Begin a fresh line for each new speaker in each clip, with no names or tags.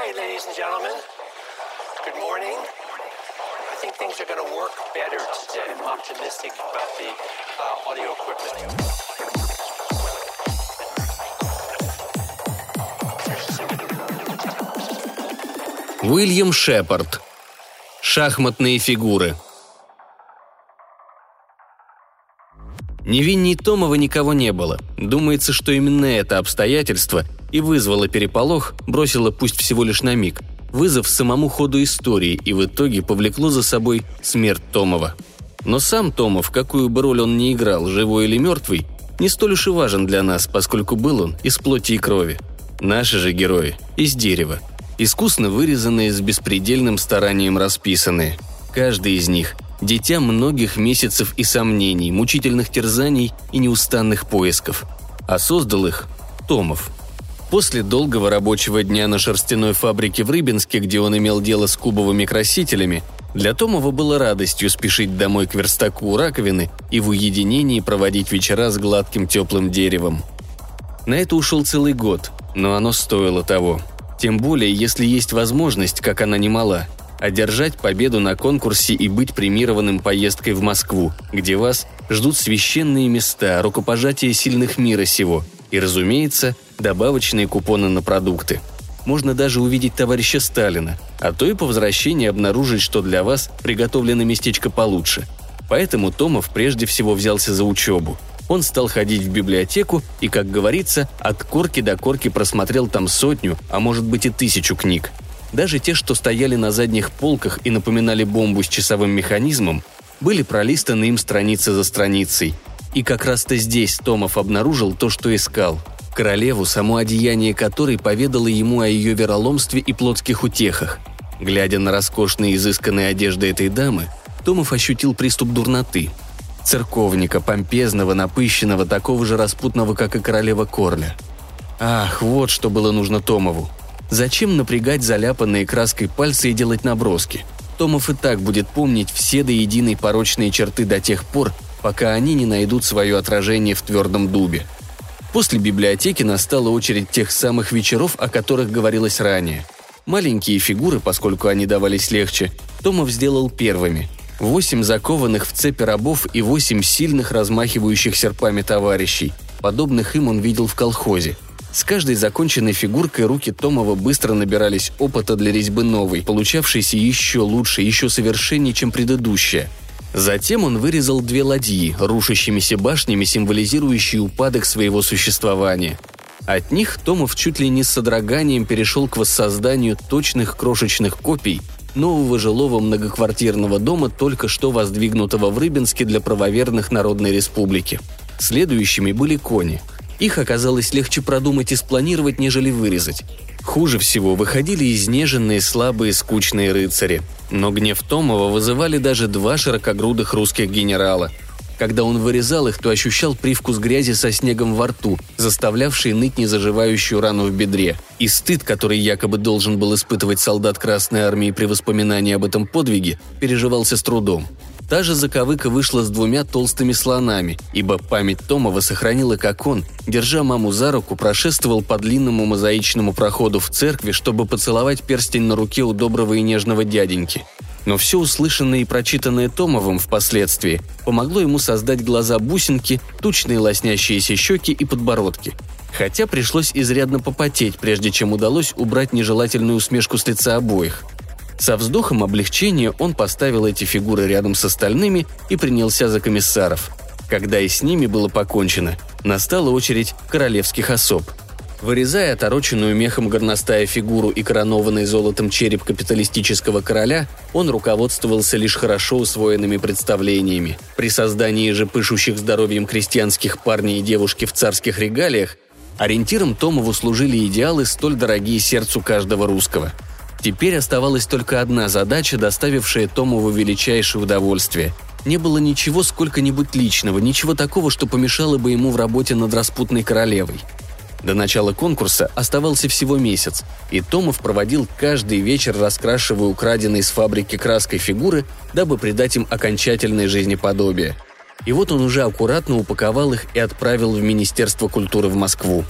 Okay, ladies and gentlemen, good morning. I think things are going to work better today. I'm optimistic about the audio equipment.
Уильям Шепард. Шахматные фигуры. Невинней Томова никого не было. Думается, что именно это обстоятельство и вызвало переполох, бросило пусть всего лишь на миг, вызов самому ходу истории и в итоге повлекло за собой смерть Томова. Но сам Томов, какую бы роль он ни играл, живой или мертвый, не столь уж и важен для нас, поскольку был он из плоти и крови. Наши же герои – из дерева. Искусно вырезанные, с беспредельным старанием расписанные. Каждый из них – дитя многих месяцев и сомнений, мучительных терзаний и неустанных поисков. А создал их Томов. После долгого рабочего дня на шерстяной фабрике в Рыбинске, где он имел дело с кубовыми красителями, для Томова было радостью спешить домой к верстаку у раковины и в уединении проводить вечера с гладким теплым деревом. На это ушел целый год, но оно стоило того. Тем более, если есть возможность, как она немала, одержать победу на конкурсе и быть премированным поездкой в Москву, где вас ждут священные места, рукопожатие сильных мира сего и, разумеется, добавочные купоны на продукты. Можно даже увидеть товарища Сталина, а то и по возвращении обнаружить, что для вас приготовлено местечко получше. Поэтому Томов прежде всего взялся за учебу. Он стал ходить в библиотеку и, как говорится, от корки до корки просмотрел там 100, а может быть и 1000 книг. Даже те, что стояли на задних полках и напоминали бомбу с часовым механизмом, были пролистаны им страница за страницей. И как раз-то здесь Томов обнаружил то, что искал. Королеву, само одеяние которой поведало ему о ее вероломстве и плотских утехах. Глядя на роскошные изысканные одежды этой дамы, Томов ощутил приступ дурноты. Церковника, помпезного, напыщенного, такого же распутного, как и королева Корля. Ах, вот что было нужно Томову. Зачем напрягать заляпанные краской пальцы и делать наброски? Томов и так будет помнить все до единой порочные черты до тех пор, пока они не найдут свое отражение в твердом дубе. После библиотеки настала очередь тех самых вечеров, о которых говорилось ранее. Маленькие фигуры, поскольку они давались легче, Томов сделал первыми. 8 закованных в цепи рабов и 8 сильных, размахивающих серпами товарищей. Подобных им он видел в колхозе. С каждой законченной фигуркой руки Томова быстро набирались опыта для резьбы новой, получавшейся еще лучше, еще совершеннее, чем предыдущая. Затем он вырезал 2 ладьи, рушащимися башнями, символизирующие упадок своего существования. От них Томов чуть ли не с содроганием перешел к воссозданию точных крошечных копий нового жилого многоквартирного дома, только что воздвигнутого в Рыбинске для правоверных Народной Республики. Следующими были кони. Их оказалось легче продумать и спланировать, нежели вырезать. Хуже всего выходили изнеженные, слабые, скучные рыцари. Но гнев Томова вызывали даже 2 широкогрудых русских генерала. Когда он вырезал их, то ощущал привкус грязи со снегом во рту, заставлявший ныть незаживающую рану в бедре. И стыд, который якобы должен был испытывать солдат Красной Армии при воспоминании об этом подвиге, переживался с трудом. Та же заковыка вышла с 2 толстыми слонами, ибо память Томова сохранила, как он, держа маму за руку, прошествовал по длинному мозаичному проходу в церкви, чтобы поцеловать перстень на руке у доброго и нежного дяденьки. Но все услышанное и прочитанное Томовым впоследствии помогло ему создать глаза-бусинки, тучные лоснящиеся щеки и подбородки. Хотя пришлось изрядно попотеть, прежде чем удалось убрать нежелательную усмешку с лица обоих. Со вздохом облегчения он поставил эти фигуры рядом с остальными и принялся за комиссаров. Когда и с ними было покончено, настала очередь королевских особ. Вырезая отороченную мехом горностая фигуру и коронованный золотом череп капиталистического короля, он руководствовался лишь хорошо усвоенными представлениями. При создании же пышущих здоровьем крестьянских парней и девушки в царских регалиях ориентиром Томову служили идеалы, столь дорогие сердцу каждого русского. Теперь оставалась только одна задача, доставившая Томову величайшее удовольствие. Не было ничего сколько-нибудь личного, ничего такого, что помешало бы ему в работе над распутной королевой. До начала конкурса оставался всего месяц, и Томов проводил каждый вечер, раскрашивая украденные с фабрики краской фигуры, дабы придать им окончательное жизнеподобие. И вот он уже аккуратно упаковал их и отправил в Министерство культуры в Москву.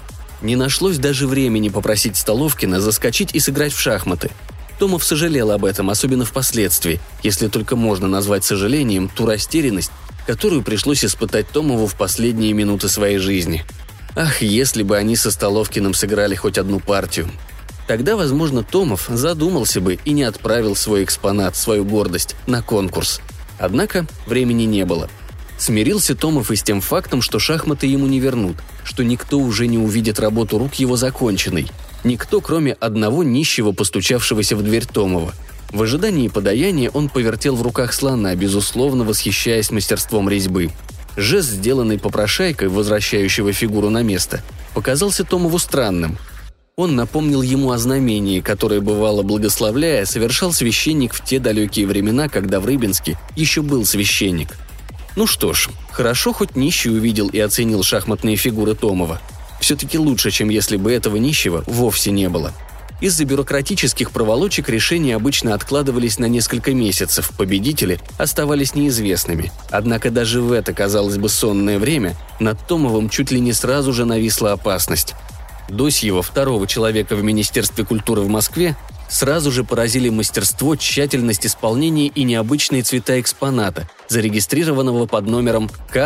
Не нашлось даже времени попросить Столовкина заскочить и сыграть в шахматы. Томов сожалел об этом, особенно впоследствии, если только можно назвать сожалением ту растерянность, которую пришлось испытать Томову в последние минуты своей жизни. Ах, если бы они со Столовкиным сыграли хоть одну партию. Тогда, возможно, Томов задумался бы и не отправил свой экспонат, свою гордость, на конкурс. Однако времени не было. Смирился Томов и с тем фактом, что шахматы ему не вернут, что никто уже не увидит работу рук его законченной. Никто, кроме одного нищего, постучавшегося в дверь Томова. В ожидании подаяния он повертел в руках слона, безусловно восхищаясь мастерством резьбы. Жест, сделанный попрошайкой, возвращающего фигуру на место, показался Томову странным. Он напомнил ему о знамении, которое, бывало благословляя, совершал священник в те далекие времена, когда в Рыбинске еще был священник. Ну что ж, хорошо хоть нищий увидел и оценил шахматные фигуры Томова. Все-таки лучше, чем если бы этого нищего вовсе не было. Из-за бюрократических проволочек решения обычно откладывались на несколько месяцев, победители оставались неизвестными. Однако даже в это, казалось бы, сонное время над Томовым чуть ли не сразу же нависла опасность. Досьева, второго человека в Министерстве культуры в Москве, сразу же поразили мастерство, тщательность исполнения и необычные цвета экспоната, зарегистрированного под номером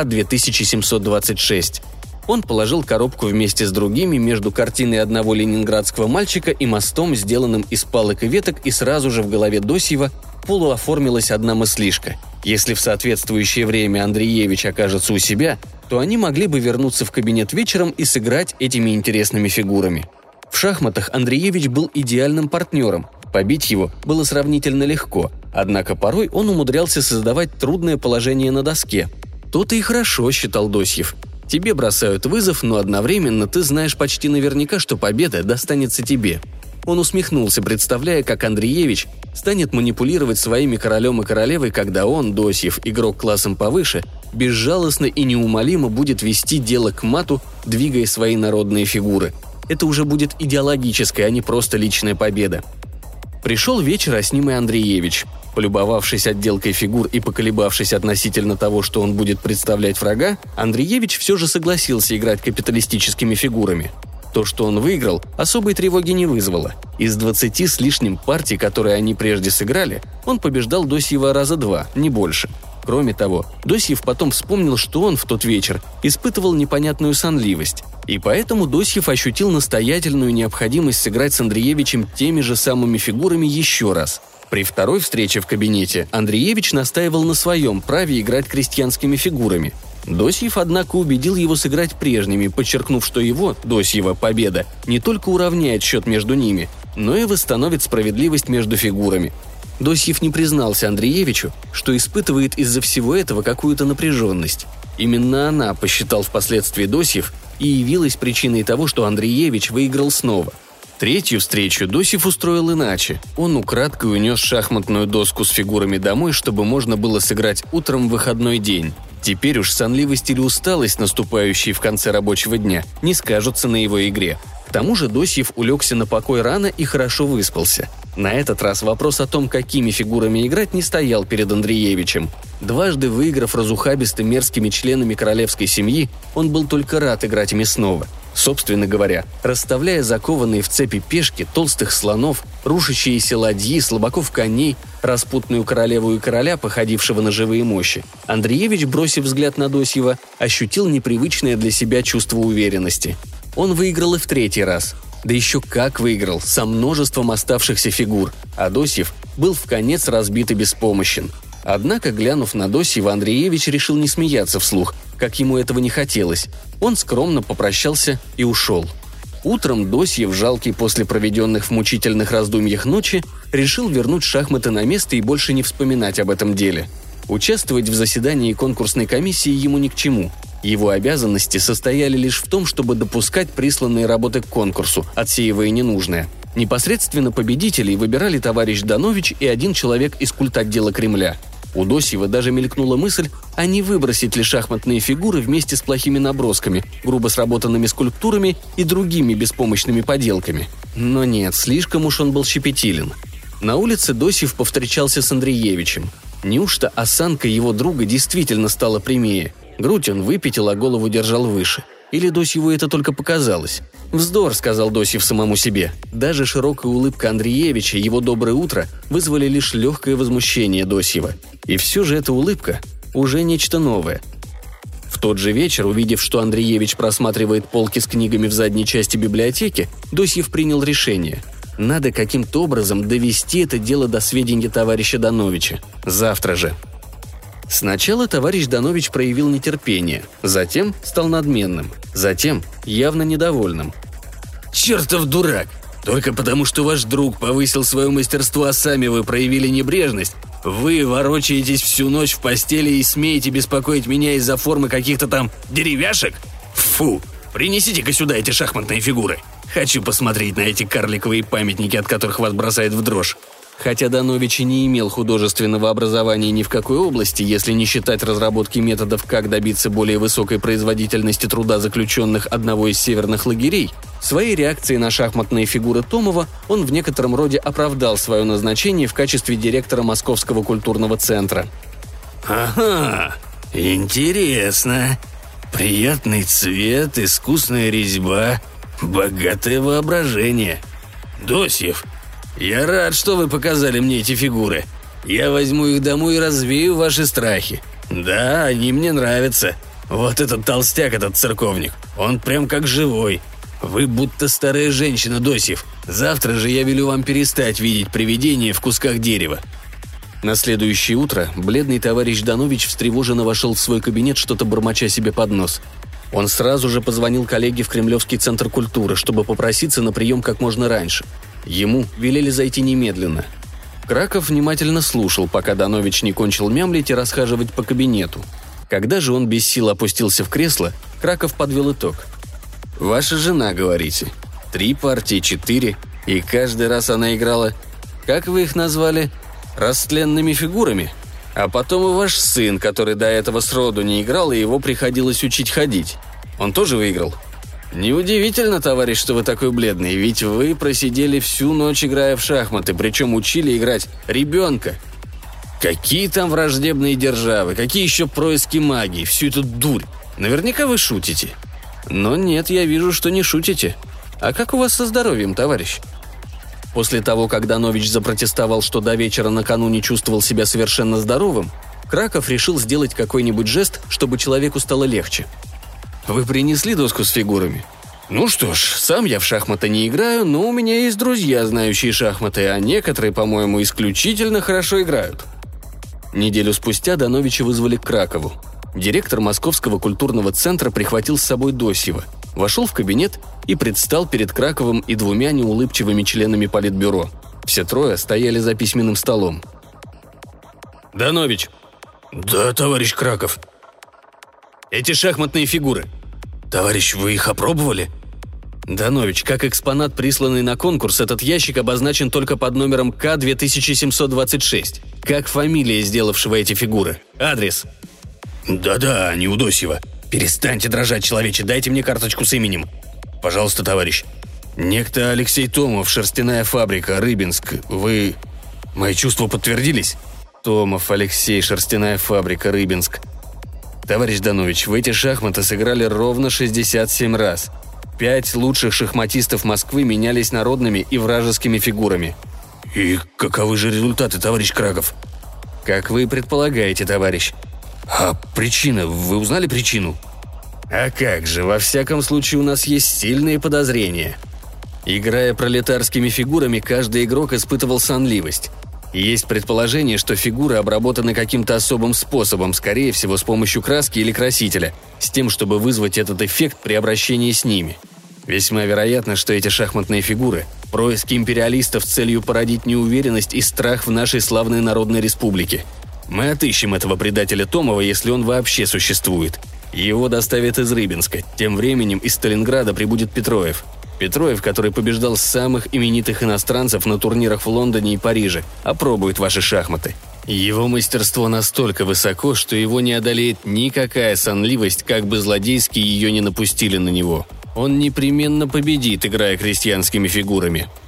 К-2726. Он положил коробку вместе с другими между картиной одного ленинградского мальчика и мостом, сделанным из палок и веток, и сразу же в голове Досьева полуоформилась одна мыслишка. Если в соответствующее время Андреевич окажется у себя, то они могли бы вернуться в кабинет вечером и сыграть этими интересными фигурами. В шахматах Андреевич был идеальным партнером, побить его было сравнительно легко, однако порой он умудрялся создавать трудное положение на доске. То-то и хорошо, считал Досьев. Тебе бросают вызов, но одновременно ты знаешь почти наверняка, что победа достанется тебе. Он усмехнулся, представляя, как Андреевич станет манипулировать своими королем и королевой, когда он, Досьев, игрок классом повыше, безжалостно и неумолимо будет вести дело к мату, двигая свои народные фигуры. Это уже будет идеологическая, а не просто личная победа. Пришел вечер, а с ним и Андреевич. Полюбовавшись отделкой фигур и поколебавшись относительно того, что он будет представлять врага, Андреевич все же согласился играть капиталистическими фигурами. То, что он выиграл, особой тревоги не вызвало. Из 20 с лишним партий, которые они прежде сыграли, он побеждал Досьева раза 2, не больше. Кроме того, Досьев потом вспомнил, что он в тот вечер испытывал непонятную сонливость. И поэтому Досьев ощутил настоятельную необходимость сыграть с Андреевичем теми же самыми фигурами еще раз. При второй встрече в кабинете Андреевич настаивал на своем праве играть крестьянскими фигурами. Досьев, однако, убедил его сыграть прежними, подчеркнув, что его, Досьева, победа не только уравняет счет между ними, но и восстановит справедливость между фигурами. Досьев не признался Андреевичу, что испытывает из-за всего этого какую-то напряженность. Именно она, посчитал впоследствии Досьев, и явилась причиной того, что Андреевич выиграл снова. Третью встречу Досьев устроил иначе. Он украдкой унес шахматную доску с фигурами домой, чтобы можно было сыграть утром в выходной день. Теперь уж сонливость или усталость, наступающие в конце рабочего дня, не скажутся на его игре. К тому же Досьев улегся на покой рано и хорошо выспался. На этот раз вопрос о том, какими фигурами играть, не стоял перед Андреевичем. Дважды выиграв разухабисто мерзкими членами королевской семьи, он был только рад играть ими снова. Собственно говоря, расставляя закованные в цепи пешки, толстых слонов, рушащиеся ладьи, слабаков коней, распутную королеву и короля, походившего на живые мощи, Андреевич, бросив взгляд на Досьева, ощутил непривычное для себя чувство уверенности. Он выиграл и в третий раз. Да еще как выиграл, со множеством оставшихся фигур, а Досьев был вконец разбит и беспомощен. Однако, глянув на Досьева, Андреевич решил не смеяться вслух, как ему этого не хотелось. Он скромно попрощался и ушел. Утром Досьев, жалкий после проведенных в мучительных раздумьях ночи, решил вернуть шахматы на место и больше не вспоминать об этом деле. Участвовать в заседании конкурсной комиссии ему ни к чему. Его обязанности состояли лишь в том, чтобы допускать присланные работы к конкурсу, отсеивая ненужное. Непосредственно победителей выбирали товарищ Данович и один человек из культотдела Кремля. У Досьева даже мелькнула мысль, а не выбросить ли шахматные фигуры вместе с плохими набросками, грубо сработанными скульптурами и другими беспомощными поделками. Но нет, слишком уж он был щепетилен. На улице Досьев повстречался с Андреевичем. Неужто осанка его друга действительно стала прямее? Грудь он выпятил, а голову держал выше. Или Досьеву это только показалось? «Вздор», — сказал Досьев самому себе. Даже широкая улыбка Андреевича и его «доброе утро» вызвали лишь легкое возмущение Досьева. И все же эта улыбка уже нечто новое. В тот же вечер, увидев, что Андреевич просматривает полки с книгами в задней части библиотеки, Досьев принял решение. Надо каким-то образом довести это дело до сведения товарища Доновича. Завтра же. Сначала товарищ Донович проявил нетерпение, затем стал надменным, затем явно недовольным. «Чертов дурак! Только потому, что ваш друг повысил свое мастерство, а сами вы проявили небрежность, вы ворочаетесь всю ночь в постели и смеете беспокоить меня из-за формы каких-то там деревяшек? Фу! Принесите-ка сюда эти шахматные фигуры. Хочу посмотреть на эти карликовые памятники, от которых вас бросает в дрожь». Хотя Донович и не имел художественного образования ни в какой области, если не считать разработки методов, как добиться более высокой производительности труда заключенных одного из северных лагерей, своей реакцией на шахматные фигуры Томова он в некотором роде оправдал свое назначение в качестве директора Московского культурного центра. «Ага, интересно. Приятный цвет, искусная резьба, богатое воображение. Досьев, я рад, что вы показали мне эти фигуры. Я возьму их домой и развею ваши страхи. Да, они мне нравятся. Вот этот толстяк, этот церковник, он прям как живой. Вы будто старая женщина, Досьев. Завтра же я велю вам перестать видеть привидения в кусках дерева». На следующее утро бледный товарищ Донович встревоженно вошел в свой кабинет, что-то бормоча себе под нос. Он сразу же позвонил коллеге в Кремлевский центр культуры, чтобы попроситься на прием как можно раньше. Ему велели зайти немедленно. Краков внимательно слушал, пока Донович не кончил мямлить и расхаживать по кабинету. Когда же он без сил опустился в кресло, Краков подвел итог. «Ваша жена, говорите. 3 партии, 4, и каждый раз она играла... Как вы их назвали? Растленными фигурами? А потом и ваш сын, который до этого сроду не играл, и его приходилось учить ходить. Он тоже выиграл?» «Неудивительно, товарищ, что вы такой бледный, ведь вы просидели всю ночь, играя в шахматы, причем учили играть ребенка. Какие там враждебные державы, какие еще происки магии, всю эту дурь. Наверняка вы шутите. Но нет, я вижу, что не шутите. А как у вас со здоровьем, товарищ?» После того, как Донович запротестовал, что до вечера накануне чувствовал себя совершенно здоровым, Краков решил сделать какой-нибудь жест, чтобы человеку стало легче. «Вы принесли доску с фигурами?» «Ну что ж, сам я в шахматы не играю, но у меня есть друзья, знающие шахматы, а некоторые, по-моему, исключительно хорошо играют». Неделю спустя Доновича вызвали к Кракову. Директор Московского культурного центра прихватил с собой Досьева, вошел в кабинет и предстал перед Краковым и 2 неулыбчивыми членами политбюро. Все 3 стояли за письменным столом. «Донович». «Да, товарищ Краков». «Эти шахматные фигуры. Товарищ, вы их опробовали?» «Донович, как экспонат, присланный на конкурс, этот ящик обозначен только под номером К-2726. Как фамилия сделавшего эти фигуры? Адрес?» «Да-да, не у Досьева. Перестаньте дрожать, человече, дайте мне карточку с именем. Пожалуйста, товарищ. Некто Алексей Томов, шерстяная фабрика, Рыбинск. Вы... Мои чувства подтвердились?» «Томов, Алексей, шерстяная фабрика, Рыбинск. Товарищ Донович, в эти шахматы сыграли ровно 67 раз. 5 лучших шахматистов Москвы менялись народными и вражескими фигурами». «И каковы же результаты, товарищ Краков?» «Как вы предполагаете, товарищ». «А причина? Вы узнали причину?» «А как же, во всяком случае у нас есть сильные подозрения. Играя пролетарскими фигурами, каждый игрок испытывал сонливость. Есть предположение, что фигуры обработаны каким-то особым способом, скорее всего, с помощью краски или красителя, с тем, чтобы вызвать этот эффект при обращении с ними. Весьма вероятно, что эти шахматные фигуры – происки империалистов с целью породить неуверенность и страх в нашей славной народной республике. Мы отыщем этого предателя Томова, если он вообще существует. Его доставят из Рыбинска. Тем временем из Сталинграда прибудет Петроев. Петроев, который побеждал самых именитых иностранцев на турнирах в Лондоне и Париже, опробует ваши шахматы. Его мастерство настолько высоко, что его не одолеет никакая сонливость, как бы злодейски ее не напустили на него. Он непременно победит, играя крестьянскими фигурами.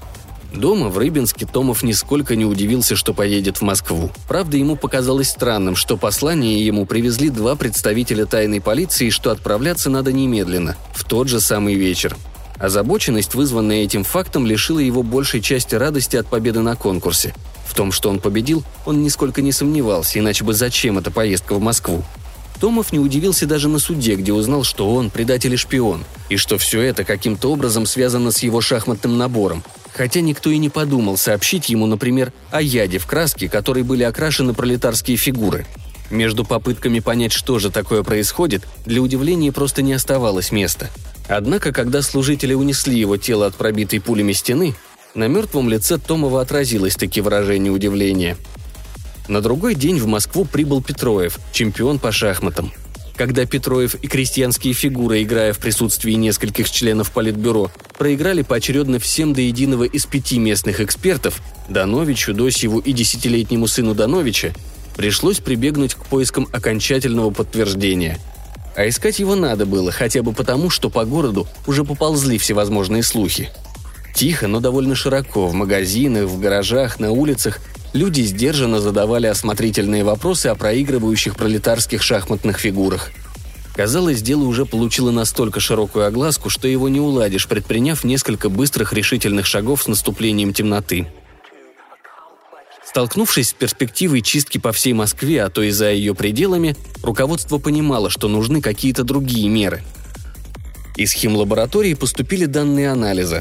Дома, в Рыбинске, Томов нисколько не удивился, что поедет в Москву. Правда, ему показалось странным, что послание ему привезли 2 представителя тайной полиции, что отправляться надо немедленно, в тот же самый вечер. Озабоченность, вызванная этим фактом, лишила его большей части радости от победы на конкурсе. В том, что он победил, он нисколько не сомневался, иначе бы зачем эта поездка в Москву? Томов не удивился даже на суде, где узнал, что он предатель и шпион, и что все это каким-то образом связано с его шахматным набором. Хотя никто и не подумал сообщить ему, например, о яде в краске, которой были окрашены пролетарские фигуры. Между попытками понять, что же такое происходит, для удивления просто не оставалось места. Однако, когда служители унесли его тело от пробитой пулями стены, на мертвом лице Томова отразилось-таки выражение удивления. На другой день в Москву прибыл Петроев, чемпион по шахматам. Когда Петроев и крестьянские фигуры, играя в присутствии нескольких членов Политбюро, проиграли поочередно всем до единого из 5 местных экспертов – Дановичу, Досьеву и 10-летнему сыну Дановича, пришлось прибегнуть к поискам окончательного подтверждения. А искать его надо было, хотя бы потому, что по городу уже поползли всевозможные слухи. Тихо, но довольно широко, в магазинах, в гаражах, на улицах люди сдержанно задавали осмотрительные вопросы о проигрывающих пролетарских шахматных фигурах. Казалось, дело уже получило настолько широкую огласку, что его не уладишь, предприняв несколько быстрых решительных шагов с наступлением темноты. Столкнувшись с перспективой чистки по всей Москве, а то и за ее пределами, руководство понимало, что нужны какие-то другие меры. Из химлаборатории поступили данные анализа.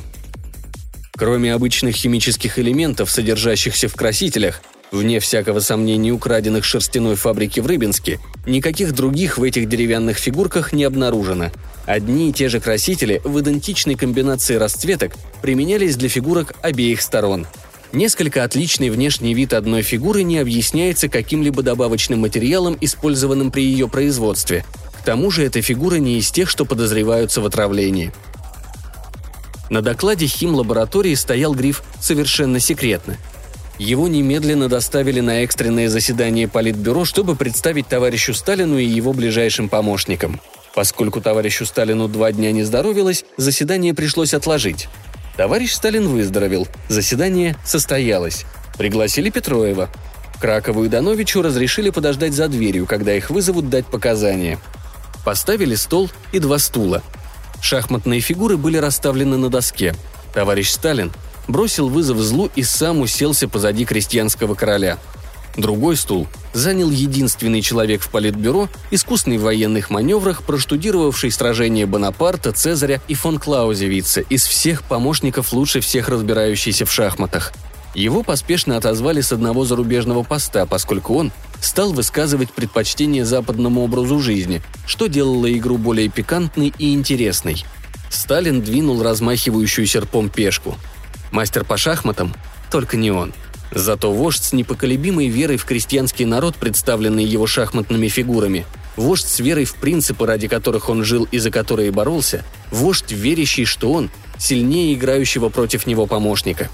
Кроме обычных химических элементов, содержащихся в красителях, вне всякого сомнения украденных с шерстяной фабрики в Рыбинске, никаких других в этих деревянных фигурках не обнаружено. Одни и те же красители в идентичной комбинации расцветок применялись для фигурок обеих сторон. Несколько отличный внешний вид одной фигуры не объясняется каким-либо добавочным материалом, использованным при ее производстве. К тому же эта фигура не из тех, что подозреваются в отравлении. На докладе химлаборатории стоял гриф «Совершенно секретно». Его немедленно доставили на экстренное заседание Политбюро, чтобы представить товарищу Сталину и его ближайшим помощникам. Поскольку товарищу Сталину 2 дня не здоровилось, заседание пришлось отложить. Товарищ Сталин выздоровел, заседание состоялось. Пригласили Петроева. Кракову и Дановичу разрешили подождать за дверью, когда их вызовут дать показания. Поставили стол и 2 стула. Шахматные фигуры были расставлены на доске. Товарищ Сталин бросил вызов злу и сам уселся позади крестьянского короля. Другой стул занял единственный человек в Политбюро, искусный в военных маневрах, проштудировавший сражения Бонапарта, Цезаря и фон Клаузевица, из всех помощников лучше всех разбирающийся в шахматах. Его поспешно отозвали с одного зарубежного поста, поскольку он стал высказывать предпочтение западному образу жизни, что делало игру более пикантной и интересной. Сталин двинул размахивающую серпом пешку. Мастер по шахматам? Только не он. Зато вождь с непоколебимой верой в крестьянский народ, представленный его шахматными фигурами, вождь с верой в принципы, ради которых он жил и за которые боролся, вождь, верящий, что он сильнее играющего против него помощника.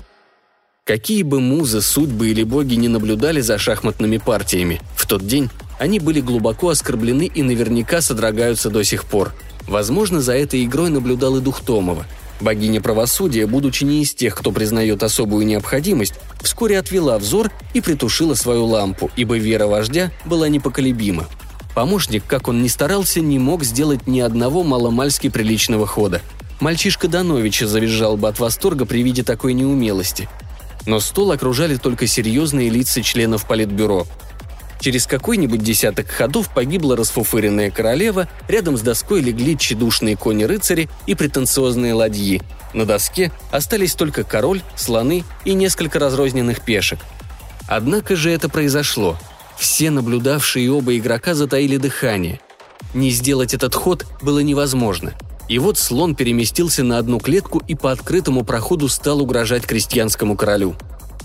Какие бы музы, судьбы или боги не наблюдали за шахматными партиями, в тот день они были глубоко оскорблены и наверняка содрогаются до сих пор. Возможно, за этой игрой наблюдал и дух Томова. Богиня правосудия, будучи не из тех, кто признает особую необходимость, вскоре отвела взор и притушила свою лампу, ибо вера вождя была непоколебима. Помощник, как он ни старался, не мог сделать ни одного маломальски приличного хода. Мальчишка Дановича завизжал бы от восторга при виде такой неумелости. Но стол окружали только серьезные лица членов Политбюро. Через какой-нибудь десяток ходов погибла расфуфыренная королева, рядом с доской легли тщедушные кони-рыцари и претенциозные ладьи. На доске остались только король, слоны и несколько разрозненных пешек. Однако же это произошло. Все наблюдавшие оба игрока затаили дыхание. Не сделать этот ход было невозможно. И вот слон переместился на одну клетку и по открытому проходу стал угрожать крестьянскому королю.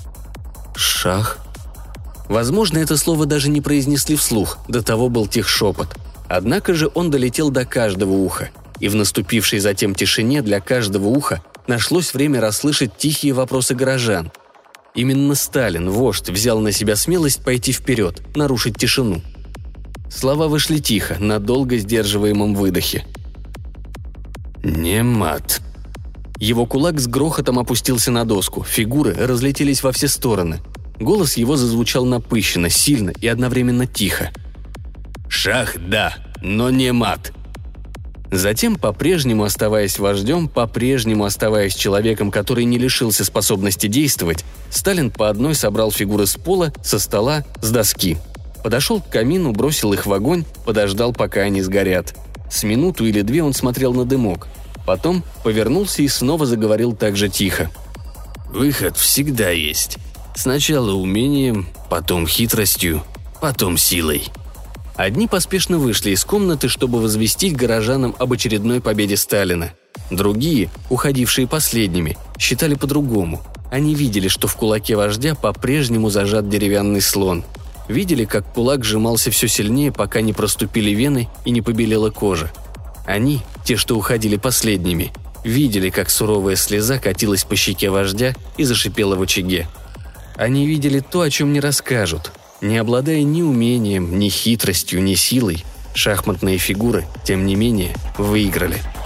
«Шах?» Возможно, это слово даже не произнесли вслух, до того был тих шепот. Однако же он долетел до каждого уха, и в наступившей затем тишине для каждого уха нашлось время расслышать тихие вопросы горожан. Именно Сталин, вождь, взял на себя смелость пойти вперед, нарушить тишину. Слова вышли тихо, на долго сдерживаемом выдохе. «Не мат». Его кулак с грохотом опустился на доску, фигуры разлетелись во все стороны. Голос его зазвучал напыщенно, сильно и одновременно тихо. «Шах, да, но не мат». Затем, по-прежнему оставаясь вождем, по-прежнему оставаясь человеком, который не лишился способности действовать, Сталин по одной собрал фигуры с пола, со стола, с доски. Подошел к камину, бросил их в огонь, подождал, пока они сгорят. С минуту или две он смотрел на дымок. Потом повернулся и снова заговорил так же тихо. «Выход всегда есть. Сначала умением, потом хитростью, потом силой». Одни поспешно вышли из комнаты, чтобы возвестить горожанам об очередной победе Сталина. Другие, уходившие последними, считали по-другому. Они видели, что в кулаке вождя по-прежнему зажат деревянный слон. Видели, как кулак сжимался все сильнее, пока не проступили вены и не побелела кожа. Они, те, что уходили последними, видели, как суровая слеза катилась по щеке вождя и зашипела в очаге. Они видели то, о чем не расскажут. Не обладая ни умением, ни хитростью, ни силой, шахматные фигуры, тем не менее, выиграли.